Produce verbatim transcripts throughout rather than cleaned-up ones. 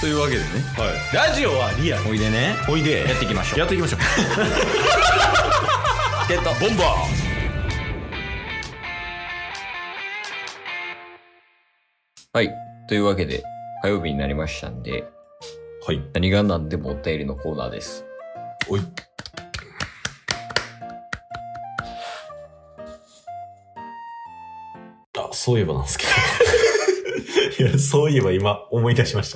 というわけでね、 はい、ラジオはリアル。 おいでね、 おいでやっていきましょう。 やっていきましょう。 ゲットボンバー。 はい、というわけで火曜日になりましたんで、 はい、 何が何でもお便りのコーナーです。 おい。あ、そういえばなんですけどいや、そういえば今思い出しました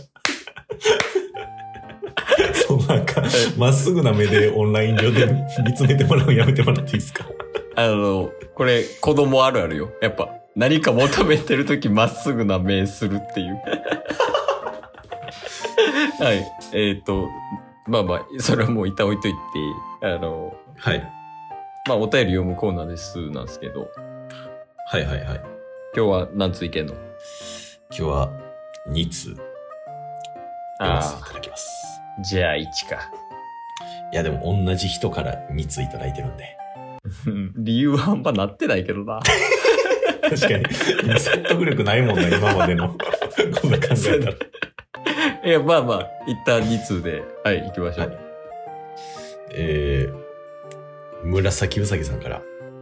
そう、なんかまっすぐな目でオンライン上で見つめてもらうのやめてもらっていいですか。 あのこれ子供あるあるよ。やっぱ何か求めてるときまっすぐな目するっていうはい、えっ、ー、とまあまあそれはもう一旦置いといて、あのはい、 まあお便り読むコーナーですなんですけど、 はいはいはい。 今日は何通いけんの？ 今日はに通読ませていただきます。 じゃあいちか。 いやでも同じ人からに通いただいてるんで理由は半端なってないけどな確かに説得力ないもんな今までのこんな考えたらいやまあまあ一旦に通ではい行きましょう、はい、 えー、紫うさぎさんから。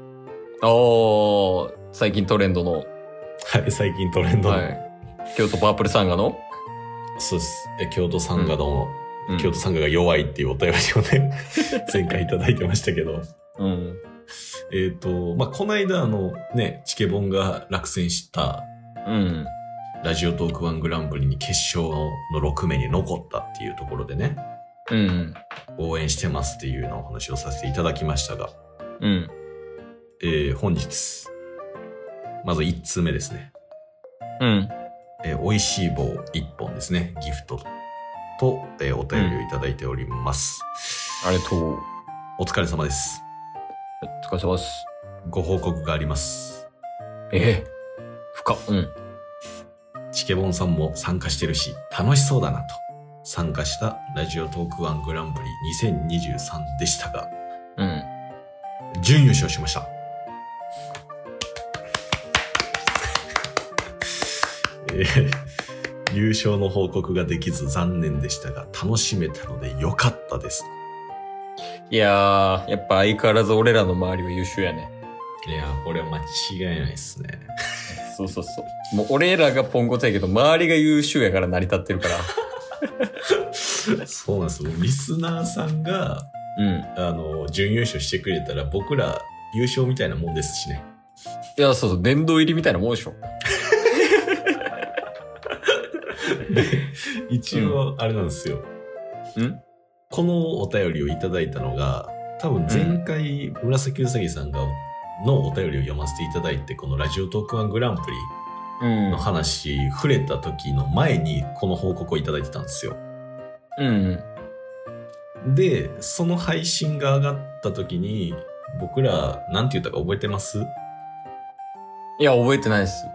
おー、最近トレンドの、 はい、最近トレンドの、はい、 京都パープルサンガの、 そうです。え京都サンガの、 うん、 京都サンガが弱いっていうお便りをね前回いただいてましたけど、 うん、 えっ、ー、とまあこの間あのねチケボンが落選した、 うん、 ラジオトークワングランプリに決勝のろく名に残ったっていうところでね、 うん、 応援してますっていうようなお話をさせていただきましたが、 うん、 えー、本日まずいち通目ですね。 うん。 えー、美味しい棒いっぽんですね。ギフトと、えー、お便りをいただいております、 うん。ありがとう。 お疲れ様です。 お疲れ様です。 ご報告があります。 えー、深っ。うん。 チケボンさんも参加してるし、楽しそうだなと。参加したラジオトークワングランプリにせんにじゅうさんでしたが、 うん。 準優勝しました。えー、優勝の報告ができず残念でしたが楽しめたので良かったです。 いやー、やっぱ相変わらず俺らの周りは優秀やね。 いやー、これは間違いないですねそうそうそう。もう俺らがポンコツやけど周りが優秀やから成り立ってるからそうなんですよ。リスナーさんが、 うん、 あの準優勝してくれたら僕ら優勝みたいなもんですしね。 いや、そうそう、殿堂入りみたいなもんでしょで一応あれなんですよ、 うん、 このお便りをいただいたのが多分前回紫うさぎさんがのお便りを読ませていただいて、このラジオトークワングランプリの話、うん、触れた時の前にこの報告をいただいてたんですよ。 うん、 でその配信が上がった時に僕らなんて言ったか覚えてます？ いや覚えてないです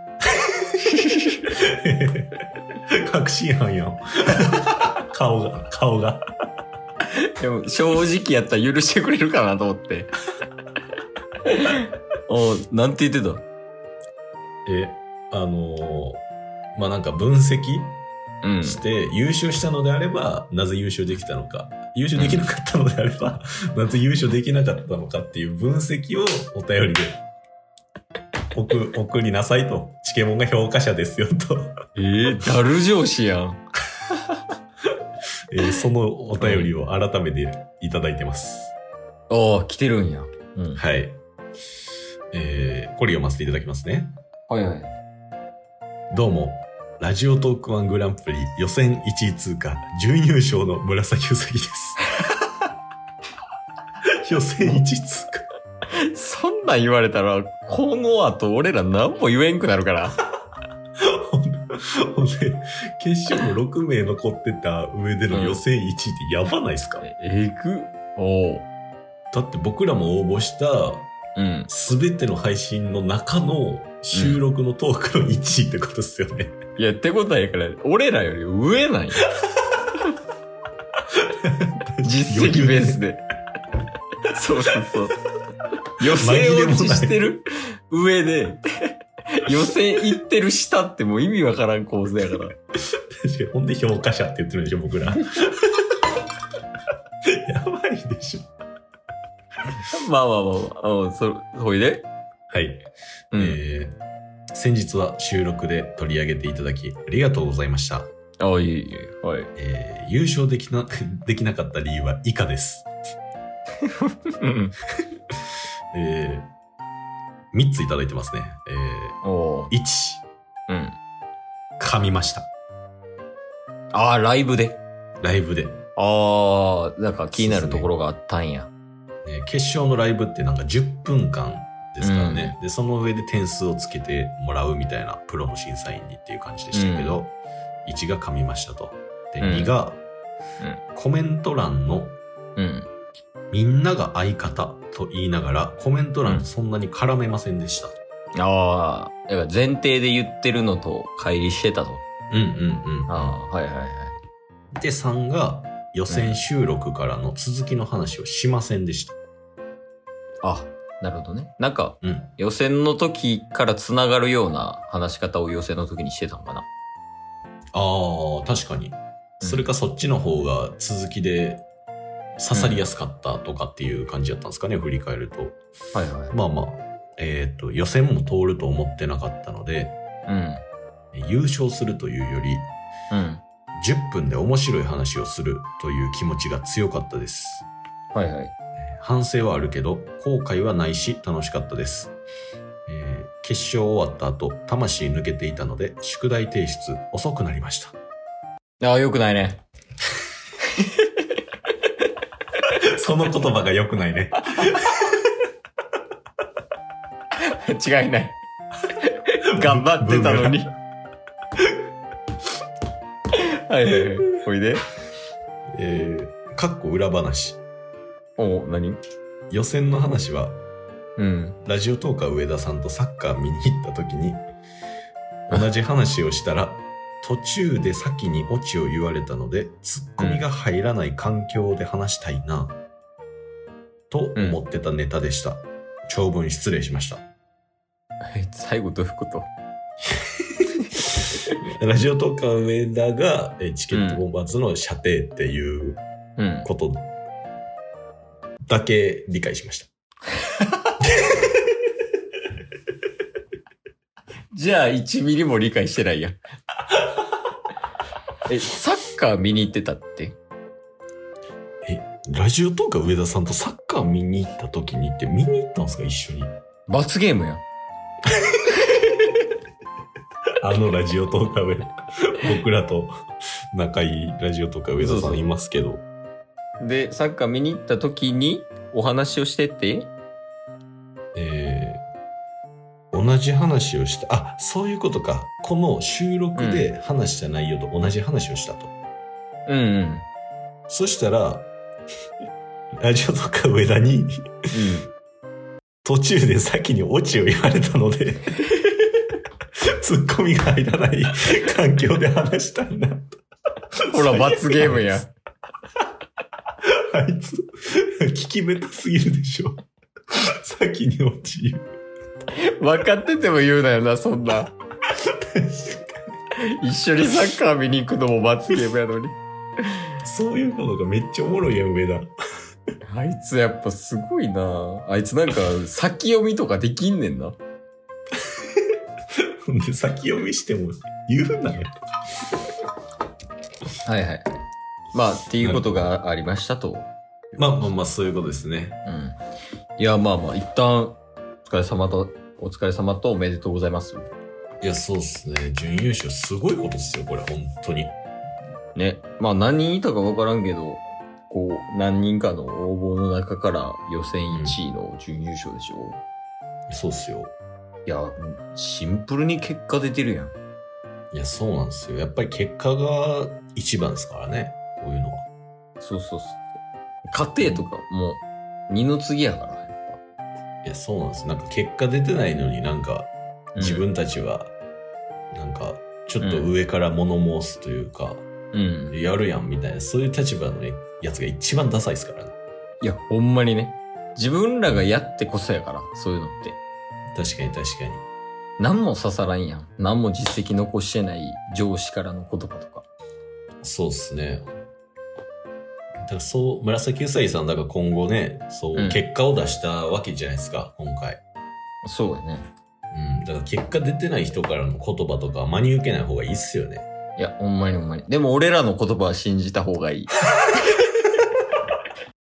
確信犯やん顔が顔がでも正直やったら許してくれるかなと思ってお、なんて言ってた？ えあのー、まあなんか分析して、うん、優勝したのであればなぜ優勝できたのか、優勝できなかったのであれば、うん、なぜ優勝できなかったのかっていう分析をお便りで送, 送りなさいと。チケモンが評価者ですよとえー、ダル上司やん、 えー、そのお便りを改めていただいてます。 ああ、来てるんや、 うん、はい、えー、これ読ませていただきますね。 はいはい。 どうもラジオトークワングランプリ予選いちい通過準優勝の紫うさぎです予選いちい通過そんなん言われたらこの後俺ら何も言えんくなるからほんで決勝のろく名残ってた上での予選いちいってやばないっすか？うん、 えぐおだって僕らも応募したすべての配信の中の収録のトークのいちいってことですよね、 うん、いやってことはやから俺らより上なんや実績ベースでそうそうそう予選落ちしてる上で予選行ってる下ってもう意味わからん構図やから確かに。ほんで評価者って言ってるでしょ、僕ら。やばいでしょ。 まあまあまあまあ、あそ、ほいではい。 うん、 えー、先日は収録で取り上げていただき、ありがとうございました。 あ、いい、いい、はい。 えー、優勝できな、できなかった理由は以下です。えー、みっついただいてますね。えー、 おいち、 うん。 噛みました。 ああ、ライブで。 ライブで。 ああ、なんか気になるところがあったんや。 ね、決勝のライブってなんかじゅっぷんかんですからね、うん、でその上で点数をつけてもらうみたいなプロの審査員にっていう感じでしたけど、うん、いちが噛みましたと。で、うん、にが、うん、コメント欄の、うん、みんなが相方と言いながらコメント欄そんなに絡めませんでした、 うん、ああ、だから前提で言ってるのと乖離してたと。 うんうんうん。 ああ、はいはいはい。 で、さんが予選収録からの続きの話をしませんでした。 あ、なるほどね。なんか、うん、予選の時からつながるような話し方を予選の時にしてたのかな。 ああ、確かに。それかそっちの方が続きで刺さりやすかったとかっていう感じだったんですかね、うん、振り返ると。 はいはい。 まあまあ、えっと、予選も通ると思ってなかったので、うん、優勝するというより、うん、じゅっぷんで面白い話をするという気持ちが強かったです。 はいはい。 反省はあるけど後悔はないし楽しかったです、えー、決勝終わった後魂抜けていたので宿題提出遅くなりました。 ああ、よくないね。 その言葉がよくないね。 違いない。頑張ってたのに。はいはいはい。おいで。 えー、かっこ裏話。 お、何？ 予選の話は、 うん、 ラジオトーカー上田さんとサッカー見に行った時に同じ話をしたら途中で先にオチを言われたのでツッコミが入らない環境で話したいな、うん、と思ってたネタでした、うん、長文失礼しました。 最後どういうこと？ ラジオトーカー上田がチケットボンバーズの射程っていうことだけ理解しました。 じゃあいちミリも理解してないやん。え、サッカー見に行ってたって？ え、ラジオトーカー上田さんとサッカー見に行った時にって見に行ったんですか、一緒に？ 罰ゲームやん。 あのラジオトーカー上田、僕らと仲いいラジオトーカー上田さんいますけど。そうそうで、サッカー見に行った時にお話をしてて、 えー、同じ話をした。あ、そういうことか。この収録で話した内容と同じ話をしたと。 うんうん。 そしたら、ラジオとか上田に、うん、途中で先にオチを言われたので、ツッコミが入らない環境で話したんだ。 ほら、罰ゲームや。 あいつ、聞き下手すぎるでしょ。先に落ちる。 分かってても言うなよな、そんな。一緒にサッカー見に行くのも罰ゲームやのに。 そういうことがめっちゃおもろいやん、上田。 あいつやっぱすごいな。あいつなんか先読みとかできんねんな。 ほんで先読みしても言うなよ。 はいはい。まあ、っていうことがありましたと。 まあまあまあ、そういうことですね。 うん。いや、まあまあ、一旦、お疲れ様と、お疲れ様とおめでとうございます。 いや、そうっすね。準優勝すごいことっすよ、これ、本当に。 ね。まあ、何人いたか分からんけど、こう、何人かの応募の中から予選いちいの準優勝でしょ。 うん、そうっすよ。 いや、シンプルに結果出てるやん。 いや、そうなんですよ。やっぱり結果が一番ですからね。こういうのは。 そうそうそう。家庭とかもう二の次やから、やっぱ。 いや、そうなんです。なんか結果出てないのになんか自分たちはなんかちょっと上から物申すというか、うん、やるやんみたいな、そういう立場のやつが一番ダサいですからね。 いや、ほんまにね。自分らがやってこそやから、そういうのって。 確かに確かに。 何も刺さらんやん。何も実績残してない上司からの言葉とか。 そうっすね。だからそう、紫うさぎさんだから今後ね、そう、うん、結果を出したわけじゃないですか、今回。 そうやね。 うん、だから結果出てない人からの言葉とか真に受けない方がいいっすよね。 いや、ほんまにほんまに。でも俺らの言葉は信じた方がいい。